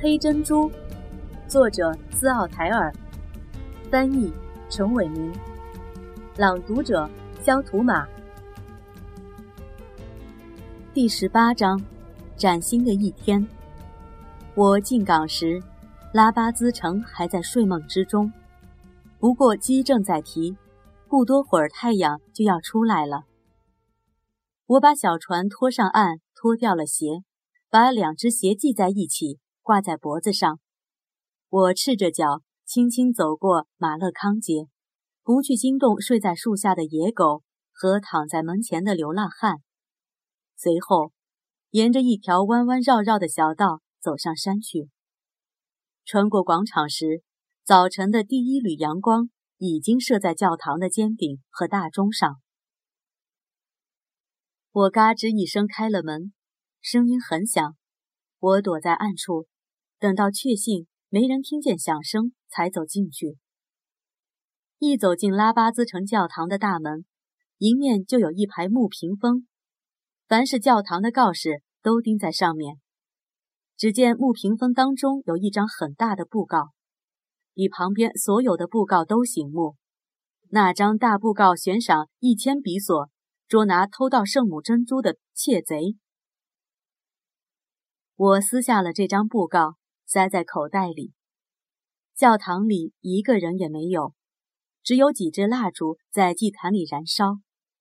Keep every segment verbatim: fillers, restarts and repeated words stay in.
黑珍珠，作者斯奥台尔，翻译陈伟明，朗读者肖图马。第十八章，崭新的一天。我进港时，拉巴兹城还在睡梦之中，不过机正在提，不多会儿太阳就要出来了。我把小船拖上岸，脱掉了鞋，把两只鞋系在一起，挂在脖子上。我赤着脚轻轻走过马勒康街，不去惊动睡在树下的野狗和躺在门前的流浪汉。随后沿着一条弯弯绕绕的小道走上山去。穿过广场时，早晨的第一缕阳光已经射在教堂的尖顶和大钟上。我嘎吱一声开了门，声音很响。我躲在暗处，等到确信没人听见响声，才走进去。一走进拉巴兹城教堂的大门，迎面就有一排木屏风，凡是教堂的告示都钉在上面。只见木屏风当中有一张很大的布告，比旁边所有的布告都醒目。那张大布告悬赏一千比索，捉拿偷盗圣母珍珠的窃贼。我撕下了这张布告，塞在口袋里。教堂里一个人也没有，只有几支蜡烛在祭坛里燃烧。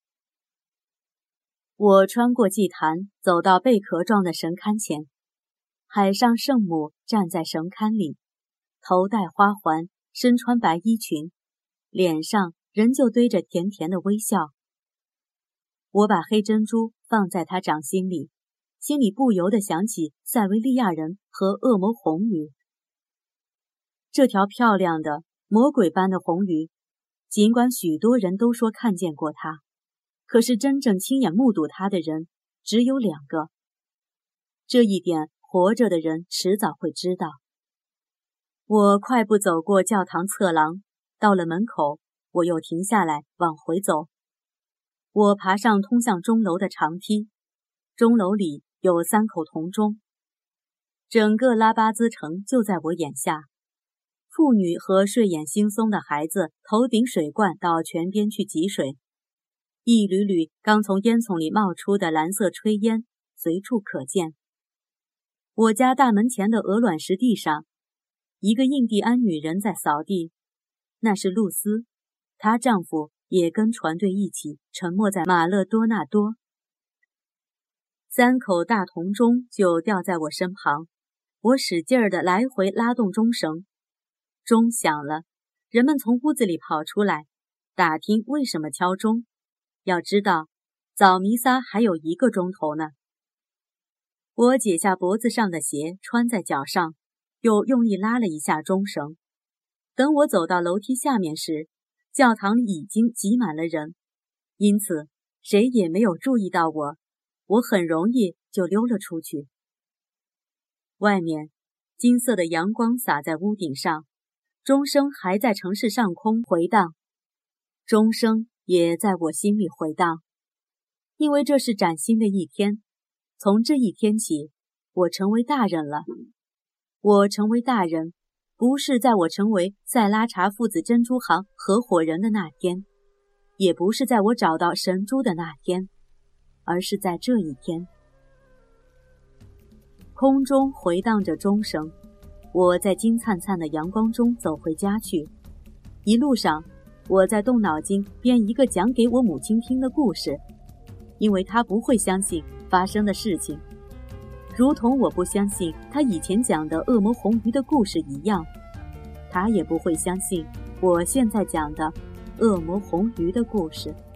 我穿过祭坛，走到贝壳状的神龛前。海上圣母站在神龛里，头戴花环，身穿白衣裙，脸上仍旧堆着甜甜的微笑。我把黑珍珠放在她掌心里，心里不由得想起塞维利亚人和恶魔红鱼。这条漂亮的魔鬼般的红鱼，尽管许多人都说看见过它，可是真正亲眼目睹它的人只有两个。这一点活着的人迟早会知道。我快步走过教堂侧廊，到了门口，我又停下来往回走。我爬上通向钟楼的长梯，钟楼里有三口铜钟。整个拉巴兹城就在我眼下，妇女和睡眼惺忪的孩子头顶水罐到泉边去汲水，一缕缕刚从烟囱里冒出的蓝色炊烟随处可见。我家大门前的鹅卵石地上，一个印第安女人在扫地，那是露丝，她丈夫也跟船队一起沉没在马勒多纳多。三口大铜钟就吊在我身旁，我使劲儿地来回拉动钟绳。钟响了，人们从屋子里跑出来，打听为什么敲钟。要知道，早弥撒还有一个钟头呢。我解下脖子上的鞋穿在脚上，又用力拉了一下钟绳。等我走到楼梯下面时，教堂里已经挤满了人，因此谁也没有注意到我，我很容易就溜了出去。外面金色的阳光洒在屋顶上，钟声还在城市上空回荡，钟声也在我心里回荡，因为这是崭新的一天。从这一天起，我成为大人了。我成为大人，不是在我成为塞拉查父子珍珠行合伙人的那天，也不是在我找到神珠的那天，而是在这一天。空中回荡着钟声，我在金灿灿的阳光中走回家去。一路上，我在动脑筋编一个讲给我母亲听的故事，因为她不会相信发生的事情，如同我不相信她以前讲的恶魔红鱼的故事一样，她也不会相信我现在讲的恶魔红鱼的故事。